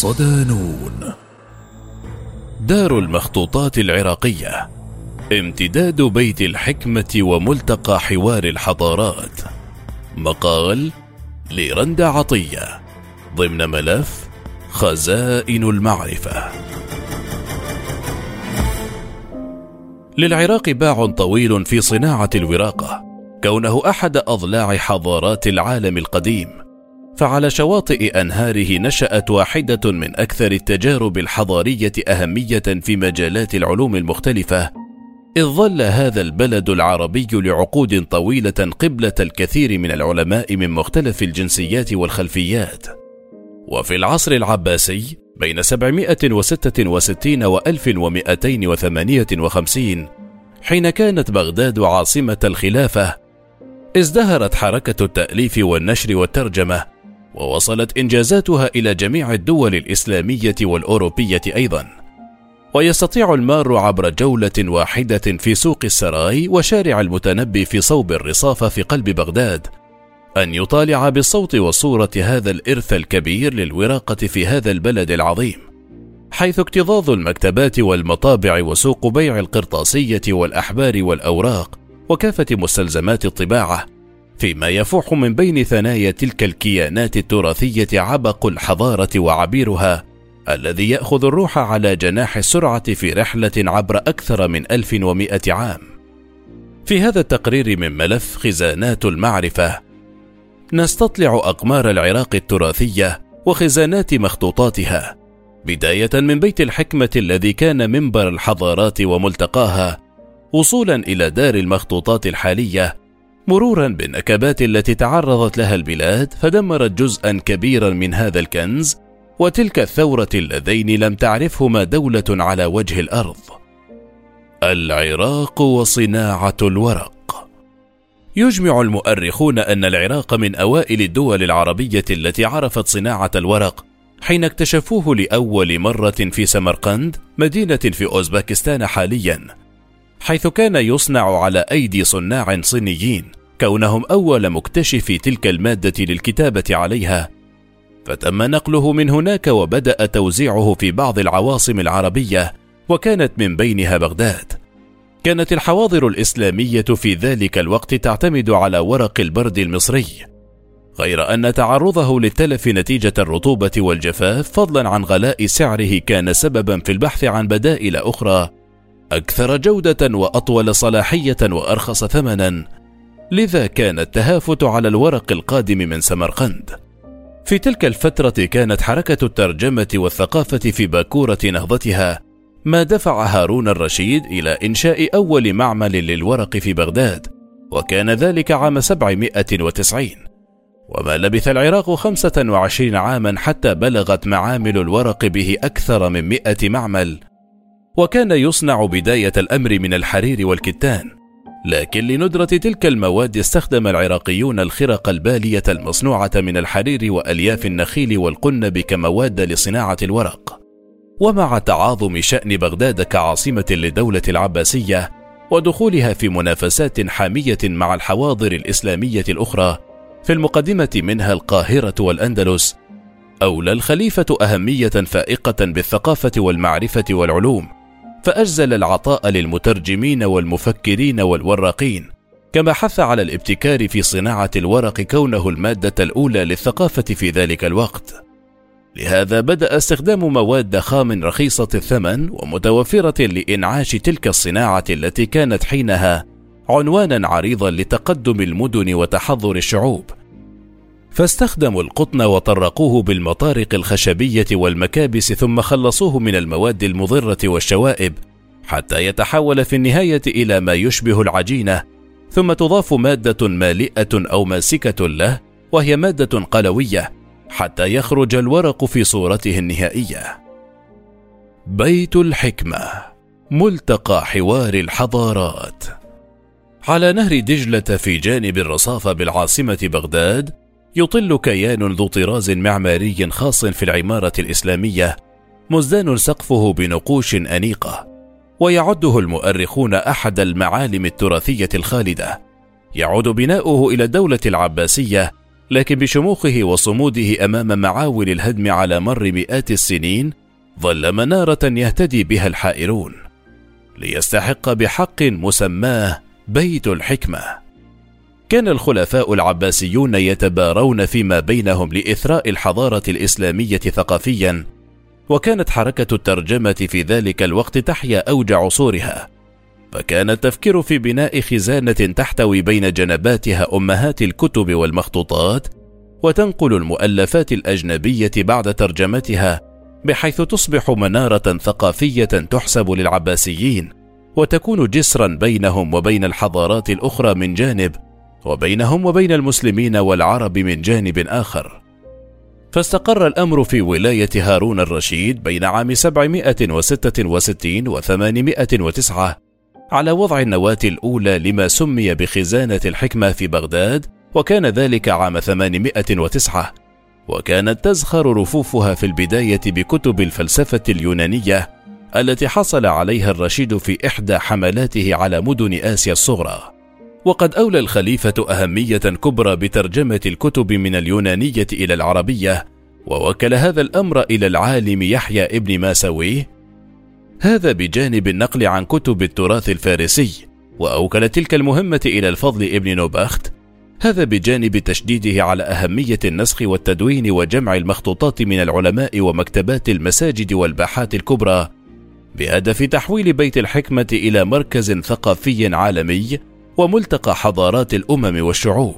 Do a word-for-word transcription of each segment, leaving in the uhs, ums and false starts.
صدانون. دار المخطوطات العراقية، امتداد بيت الحكمة وملتقى حوار الحضارات. مقال لرندا عطية ضمن ملف خزائن المعرفة. للعراق باع طويل في صناعة الوراقة، كونه أحد أضلاع حضارات العالم القديم، فعلى شواطئ أنهاره نشأت واحدة من أكثر التجارب الحضارية أهمية في مجالات العلوم المختلفة، إذ ظل هذا البلد العربي لعقود طويلة قبلة الكثير من العلماء من مختلف الجنسيات والخلفيات. وفي العصر العباسي بين سبعمائة وستة وستين وألف ومئتين وثمانية وخمسين، حين كانت بغداد عاصمة الخلافة، ازدهرت حركة التأليف والنشر والترجمة، ووصلت إنجازاتها إلى جميع الدول الإسلامية والأوروبية أيضا. ويستطيع المار عبر جولة واحدة في سوق السراي وشارع المتنبي في صوب الرصافة في قلب بغداد أن يطالع بالصوت والصورة هذا الإرث الكبير للوراقة في هذا البلد العظيم، حيث اكتظاظ المكتبات والمطابع وسوق بيع القرطاسية والأحبار والأوراق وكافة مستلزمات الطباعة، فيما يفوح من بين ثنايا تلك الكيانات التراثية عبق الحضارة وعبيرها الذي يأخذ الروح على جناح السرعة في رحلة عبر أكثر من ألف ومئة عام. في هذا التقرير من ملف خزانات المعرفة نستطلع أقمار العراق التراثية وخزانات مخطوطاتها، بداية من بيت الحكمة الذي كان منبر الحضارات وملتقاها، وصولا إلى دار المخطوطات الحالية، مرورا بالنكبات التي تعرضت لها البلاد فدمرت جزءا كبيرا من هذا الكنز وتلك الثورة اللذين لم تعرفهما دولة على وجه الأرض. العراق وصناعة الورق. يجمع المؤرخون أن العراق من أوائل الدول العربية التي عرفت صناعة الورق، حين اكتشفوه لأول مرة في سمرقند، مدينة في أوزبكستان حاليا، حيث كان يصنع على أيدي صناع صينيين، كونهم أول مكتشفي تلك المادة للكتابة عليها، فتم نقله من هناك وبدأ توزيعه في بعض العواصم العربية، وكانت من بينها بغداد. كانت الحواضر الإسلامية في ذلك الوقت تعتمد على ورق البرد المصري، غير أن تعرضه للتلف نتيجة الرطوبة والجفاف فضلا عن غلاء سعره كان سببا في البحث عن بدائل أخرى أكثر جودة وأطول صلاحية وأرخص ثمنا، لذا كان التهافت على الورق القادم من سمرقند. في تلك الفترة كانت حركة الترجمة والثقافة في باكورة نهضتها، ما دفع هارون الرشيد إلى إنشاء أول معمل للورق في بغداد، وكان ذلك عام سبعمائة وتسعين. وما لبث العراق خمسة وعشرين عاما حتى بلغت معامل الورق به أكثر من مئة معمل، وكان يصنع بداية الأمر من الحرير والكتان، لكن لندرة تلك المواد استخدم العراقيون الخرق البالية المصنوعة من الحرير وألياف النخيل والقنب كمواد لصناعة الورق. ومع تعاظم شأن بغداد كعاصمة للدولة العباسية ودخولها في منافسات حامية مع الحواضر الإسلامية الأخرى، في المقدمة منها القاهرة والأندلس، أولى الخليفة أهمية فائقة بالثقافة والمعرفة والعلوم، فأجزل العطاء للمترجمين والمفكرين والوراقين، كما حث على الابتكار في صناعة الورق كونه المادة الأولى للثقافة في ذلك الوقت. لهذا بدأ استخدام مواد خام رخيصة الثمن ومتوفرة لإنعاش تلك الصناعة التي كانت حينها عنوانا عريضا لتقدم المدن وتحضر الشعوب، فاستخدموا القطن وطرقوه بالمطارق الخشبية والمكابس، ثم خلصوه من المواد المضرة والشوائب حتى يتحول في النهاية إلى ما يشبه العجينة، ثم تضاف مادة مالئة أو ماسكة له وهي مادة قلوية حتى يخرج الورق في صورته النهائية. بيت الحكمة، ملتقى حوار الحضارات. على نهر دجلة في جانب الرصافة بالعاصمة بغداد يطل كيان ذو طراز معماري خاص في العمارة الإسلامية، مزدان سقفه بنقوش أنيقة، ويعده المؤرخون أحد المعالم التراثية الخالدة. يعود بناؤه إلى الدولة العباسية لكن بشموخه وصموده أمام معاول الهدم على مر مئات السنين ظل منارة يهتدي بها الحائرون، ليستحق بحق مسماه بيت الحكمة. كان الخلفاء العباسيون يتبارون فيما بينهم لإثراء الحضارة الإسلامية ثقافيا، وكانت حركة الترجمة في ذلك الوقت تحيا أوج عصورها، فكان التفكير في بناء خزانة تحتوي بين جنباتها أمهات الكتب والمخطوطات، وتنقل المؤلفات الأجنبية بعد ترجمتها، بحيث تصبح منارة ثقافية تحسب للعباسيين، وتكون جسرا بينهم وبين الحضارات الأخرى من جانب، وبينهم وبين المسلمين والعرب من جانب آخر. فاستقر الأمر في ولاية هارون الرشيد بين عام سبعمائة وستة وستين وثمانمائة وتسعة على وضع النواة الأولى لما سمي بخزانة الحكمة في بغداد، وكان ذلك عام ثمانمائة وتسعة، وكانت تزخر رفوفها في البداية بكتب الفلسفة اليونانية التي حصل عليها الرشيد في إحدى حملاته على مدن آسيا الصغرى. وقد أولى الخليفة أهمية كبرى بترجمة الكتب من اليونانية إلى العربية، ووكل هذا الأمر إلى العالم يحيى ابن ماسويه، هذا بجانب النقل عن كتب التراث الفارسي، وأوكل تلك المهمة إلى الفضل ابن نوبخت، هذا بجانب تشديده على أهمية النسخ والتدوين وجمع المخطوطات من العلماء ومكتبات المساجد والباحات الكبرى، بهدف تحويل بيت الحكمة إلى مركز ثقافي عالمي وملتقى حضارات الأمم والشعوب.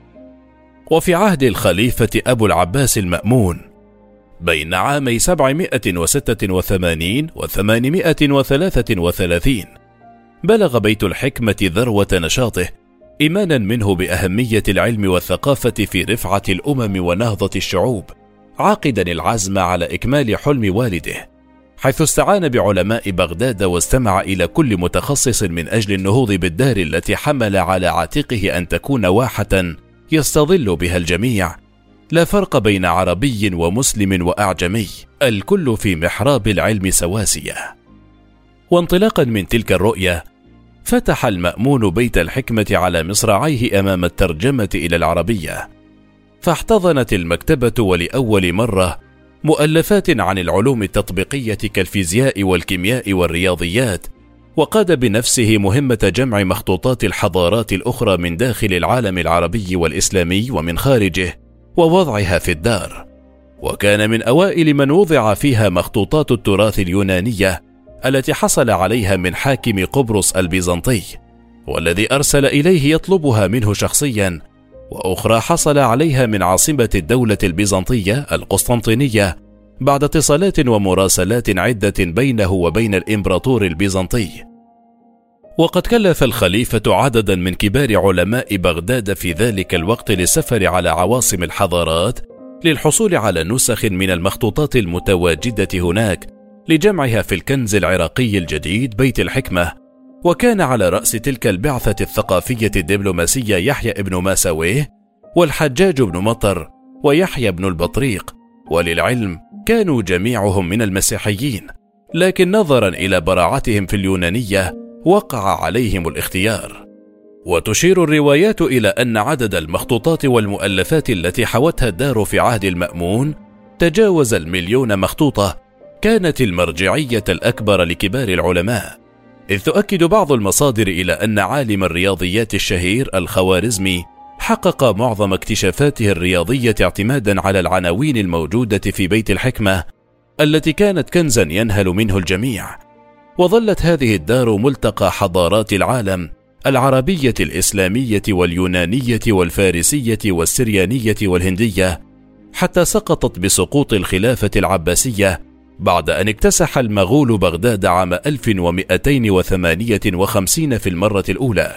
وفي عهد الخليفة أبو العباس المأمون بين عامي سبعمائة وستة وثمانين وثمانمائة وثلاثة وثلاثين بلغ بيت الحكمة ذروة نشاطه، إيمانا منه بأهمية العلم والثقافة في رفعة الأمم ونهضة الشعوب، عاقدا العزم على إكمال حلم والده، حيث استعان بعلماء بغداد واستمع إلى كل متخصص من أجل النهوض بالدار التي حمل على عاتقه أن تكون واحة يستظل بها الجميع، لا فرق بين عربي ومسلم وأعجمي، الكل في محراب العلم سواسية. وانطلاقا من تلك الرؤية فتح المأمون بيت الحكمة على مصراعيه أمام الترجمة إلى العربية، فاحتضنت المكتبة ولأول مرة مؤلفات عن العلوم التطبيقية كالفيزياء والكيمياء والرياضيات، وقاد بنفسه مهمة جمع مخطوطات الحضارات الأخرى من داخل العالم العربي والإسلامي ومن خارجه ووضعها في الدار، وكان من أوائل من وضع فيها مخطوطات التراث اليونانية التي حصل عليها من حاكم قبرص البيزنطي، والذي أرسل إليه يطلبها منه شخصيا، وأخرى حصل عليها من عاصمة الدولة البيزنطية القسطنطينية بعد اتصالات ومراسلات عدة بينه وبين الإمبراطور البيزنطي. وقد كلف الخليفة عددا من كبار علماء بغداد في ذلك الوقت للسفر على عواصم الحضارات للحصول على نسخ من المخطوطات المتواجدة هناك لجمعها في الكنز العراقي الجديد بيت الحكمة. وكان على رأس تلك البعثة الثقافية الدبلوماسية يحيى ابن ماسويه والحجاج بن مطر ويحيى بن البطريق، وللعلم كانوا جميعهم من المسيحيين، لكن نظرا إلى براعتهم في اليونانية وقع عليهم الاختيار. وتشير الروايات إلى أن عدد المخطوطات والمؤلفات التي حوتها الدار في عهد المأمون تجاوز المليون مخطوطة، كانت المرجعية الأكبر لكبار العلماء، إذ تؤكد بعض المصادر إلى أن عالم الرياضيات الشهير الخوارزمي حقق معظم اكتشافاته الرياضية اعتمادا على العناوين الموجودة في بيت الحكمة التي كانت كنزا ينهل منه الجميع. وظلت هذه الدار ملتقى حضارات العالم العربية الإسلامية واليونانية والفارسية والسريانية والهندية، حتى سقطت بسقوط الخلافة العباسية بعد أن اكتسح المغول بغداد عام ألف ومئتين وثمانية وخمسين في المرة الأولى،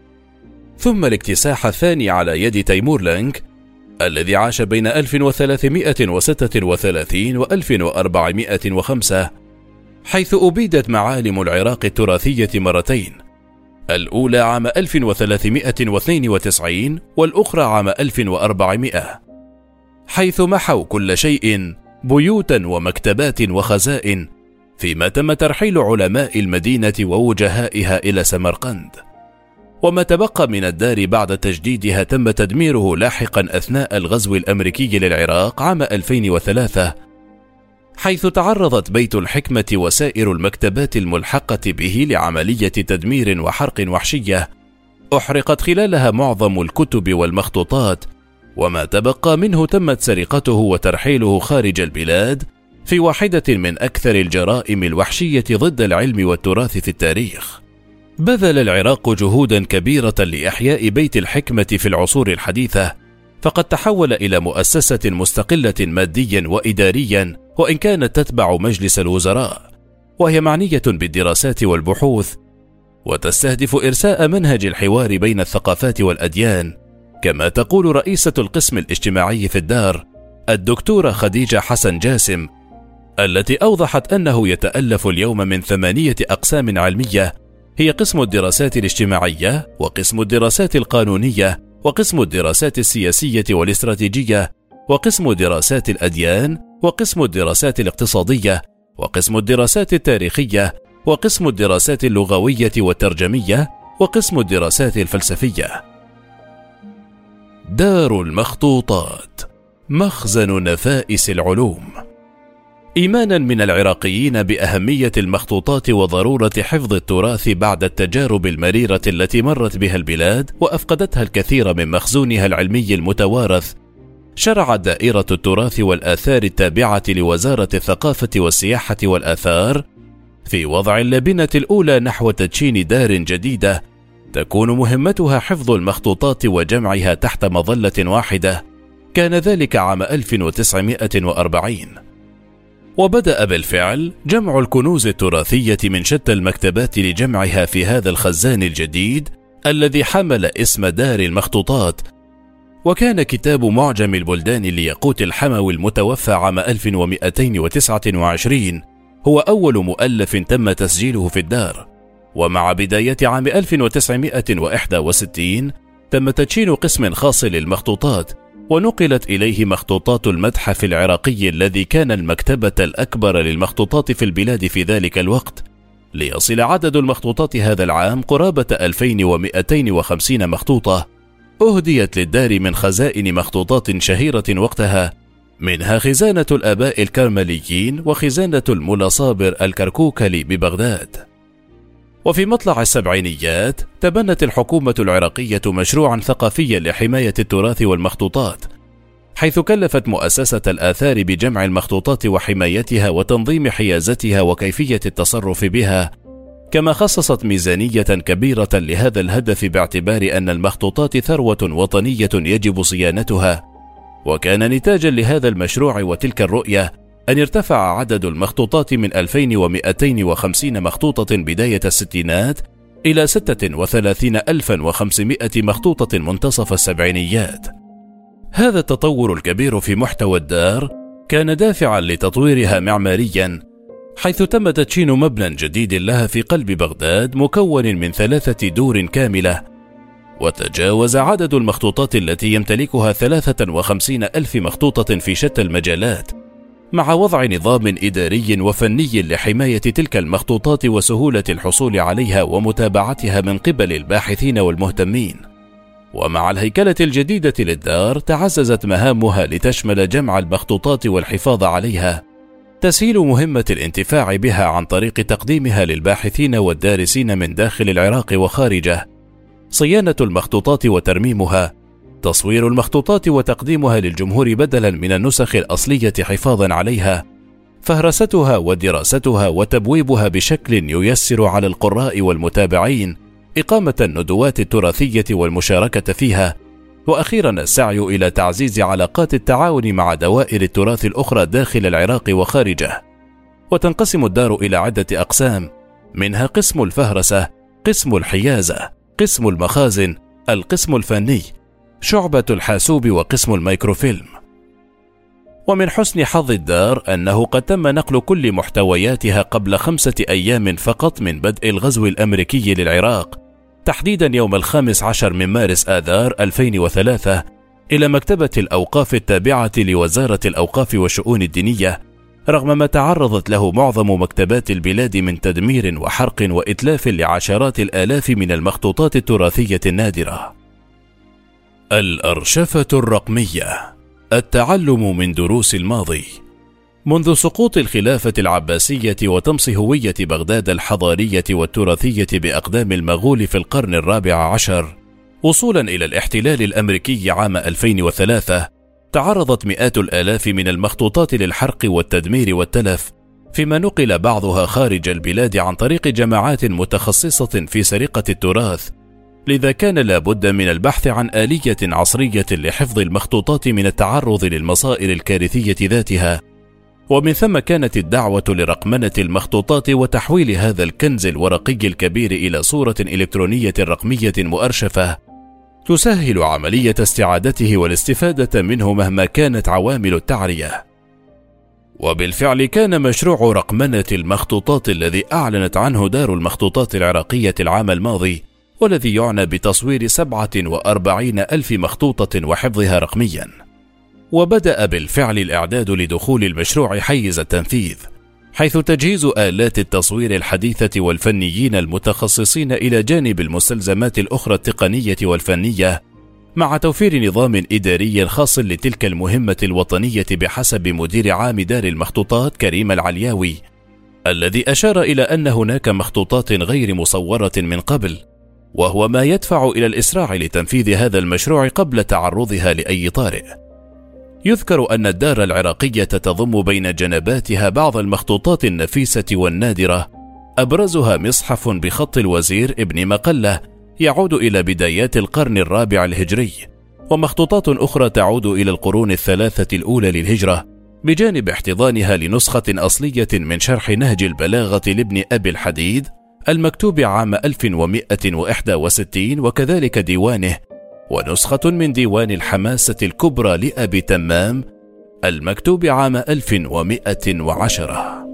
ثم الاكتساح الثاني على يد تيمور لانك الذي عاش بين ألف وثلاثمائة وستة وثلاثين وألف وأربعمائة وخمسة، حيث أبيدت معالم العراق التراثية مرتين، الأولى عام ألف وثلاثمائة واثنين وتسعين والأخرى عام ألف وأربعمائة، حيث محوا كل شيء بيوتا ومكتبات وخزائن، فيما تم ترحيل علماء المدينة ووجهائها إلى سمرقند. وما تبقى من الدار بعد تجديدها تم تدميره لاحقا أثناء الغزو الأمريكي للعراق عام ألفين وثلاثة، حيث تعرضت بيت الحكمة وسائر المكتبات الملحقة به لعملية تدمير وحرق وحشية، أحرقت خلالها معظم الكتب والمخطوطات، وما تبقى منه تمت سرقته وترحيله خارج البلاد في واحدة من أكثر الجرائم الوحشية ضد العلم والتراث في التاريخ. بذل العراق جهودا كبيرة لإحياء بيت الحكمة في العصور الحديثة، فقد تحول إلى مؤسسة مستقلة ماديا وإداريا، وإن كانت تتبع مجلس الوزراء، وهي معنية بالدراسات والبحوث، وتستهدف إرساء منهج الحوار بين الثقافات والأديان، كما تقول رئيسة القسم الاجتماعي في الدار الدكتورة خديجة حسن جاسم، التي أوضحت أنه يتألف اليوم من ثمانية أقسام علمية، هي قسم الدراسات الاجتماعية، وقسم الدراسات القانونية، وقسم الدراسات السياسية والاستراتيجية، وقسم دراسات الأديان، وقسم الدراسات الاقتصادية، وقسم الدراسات التاريخية، وقسم الدراسات اللغوية والترجمية، وقسم الدراسات الفلسفية. دار المخطوطات مخزن نفائس العلوم. إيمانا من العراقيين بأهمية المخطوطات وضرورة حفظ التراث بعد التجارب المريرة التي مرت بها البلاد وأفقدتها الكثير من مخزونها العلمي المتوارث، شرعت دائرة التراث والآثار التابعة لوزارة الثقافة والسياحة والآثار في وضع اللبنة الأولى نحو تدشين دار جديدة تكون مهمتها حفظ المخطوطات وجمعها تحت مظلة واحدة. كان ذلك عام ألف وتسعمائة وأربعين، وبدأ بالفعل جمع الكنوز التراثية من شتى المكتبات لجمعها في هذا الخزان الجديد الذي حمل اسم دار المخطوطات. وكان كتاب معجم البلدان لياقوت الحموي المتوفى عام ألف ومئتين وتسعة وعشرين هو أول مؤلف تم تسجيله في الدار، ومع بداية عام ألف وتسعمائة وإحدى وستين تم تدشين قسم خاص للمخطوطات، ونقلت إليه مخطوطات المتحف العراقي الذي كان المكتبة الأكبر للمخطوطات في البلاد في ذلك الوقت، ليصل عدد المخطوطات هذا العام قرابة ألفين ومئتين وخمسين مخطوطة أهديت للدار من خزائن مخطوطات شهيرة وقتها، منها خزانة الآباء الكرمليين وخزانة الملا صابر الكركوكلي ببغداد. وفي مطلع السبعينيات تبنت الحكومة العراقية مشروعا ثقافيا لحماية التراث والمخطوطات، حيث كلفت مؤسسة الآثار بجمع المخطوطات وحمايتها وتنظيم حيازتها وكيفية التصرف بها، كما خصصت ميزانية كبيرة لهذا الهدف باعتبار أن المخطوطات ثروة وطنية يجب صيانتها. وكان نتاجا لهذا المشروع وتلك الرؤية أن ارتفع عدد المخطوطات من ألفين ومئتين وخمسين مخطوطة بداية الستينات إلى ستة وثلاثين ألفا وخمسمائة مخطوطة منتصف السبعينيات. هذا التطور الكبير في محتوى الدار كان دافعا لتطويرها معماريا، حيث تم تدشين مبنى جديد لها في قلب بغداد مكون من ثلاثة دور كاملة، وتجاوز عدد المخطوطات التي يمتلكها ثلاثة وخمسين ألف مخطوطة في شتى المجالات، مع وضع نظام إداري وفني لحماية تلك المخطوطات وسهولة الحصول عليها ومتابعتها من قبل الباحثين والمهتمين. ومع الهيكلة الجديدة للدار تعززت مهامها لتشمل جمع المخطوطات والحفاظ عليها، تسهيل مهمة الانتفاع بها عن طريق تقديمها للباحثين والدارسين من داخل العراق وخارجه، صيانة المخطوطات وترميمها، تصوير المخطوطات وتقديمها للجمهور بدلا من النسخ الأصلية حفاظا عليها، فهرستها ودراستها وتبويبها بشكل ييسر على القراء والمتابعين إقامة الندوات التراثية والمشاركة فيها، وأخيرا السعي إلى تعزيز علاقات التعاون مع دوائر التراث الأخرى داخل العراق وخارجه. وتنقسم الدار إلى عدة أقسام، منها قسم الفهرسة، قسم الحيازة، قسم المخازن، القسم الفني، شعبة الحاسوب، وقسم الميكروفيلم. ومن حسن حظ الدار أنه قد تم نقل كل محتوياتها قبل خمسة أيام فقط من بدء الغزو الأمريكي للعراق، تحديدا يوم الخامس عشر من مارس آذار ألفين وثلاثة، إلى مكتبة الأوقاف التابعة لوزارة الأوقاف والشؤون الدينية رغم ما تعرضت له معظم مكتبات البلاد من تدمير وحرق وإتلاف لعشرات الآلاف من المخطوطات التراثية النادرة. الأرشفة الرقمية، التعلم من دروس الماضي. منذ سقوط الخلافة العباسية وطمس هوية بغداد الحضارية والتراثية بأقدام المغول في القرن الرابع عشر وصولا إلى الاحتلال الأمريكي عام ألفين وثلاثة، تعرضت مئات الآلاف من المخطوطات للحرق والتدمير والتلف، فيما نقل بعضها خارج البلاد عن طريق جماعات متخصصة في سرقة التراث. لذا كان لابد من البحث عن آلية عصرية لحفظ المخطوطات من التعرض للمصائر الكارثية ذاتها، ومن ثم كانت الدعوة لرقمنة المخطوطات وتحويل هذا الكنز الورقي الكبير إلى صورة إلكترونية رقمية مؤرشفة تسهل عملية استعادته والاستفادة منه مهما كانت عوامل التعرية. وبالفعل كان مشروع رقمنة المخطوطات الذي أعلنت عنه دار المخطوطات العراقية العام الماضي، والذي يعنى بتصوير سبعة وأربعين ألف مخطوطة وحفظها رقميا. وبدأ بالفعل الإعداد لدخول المشروع حيز التنفيذ، حيث تجهيز آلات التصوير الحديثة والفنيين المتخصصين إلى جانب المستلزمات الأخرى التقنية والفنية، مع توفير نظام إداري خاص لتلك المهمة الوطنية بحسب مدير عام دار المخطوطات كريم العلياوي، الذي أشار إلى أن هناك مخطوطات غير مصورة من قبل، وهو ما يدفع إلى الإسراع لتنفيذ هذا المشروع قبل تعرضها لأي طارئ. يذكر أن الدار العراقية تضم بين جنباتها بعض المخطوطات النفيسة والنادرة، أبرزها مصحف بخط الوزير ابن مقلة يعود إلى بدايات القرن الرابع الهجري، ومخطوطات أخرى تعود إلى القرون الثلاثة الأولى للهجرة، بجانب احتضانها لنسخة أصلية من شرح نهج البلاغة لابن أبي الحديد المكتوب عام ألف ومئة وإحدى وستين، وكذلك ديوانه، ونسخة من ديوان الحماسة الكبرى لأبي تمام المكتوب عام ألف ومئة وعشرة.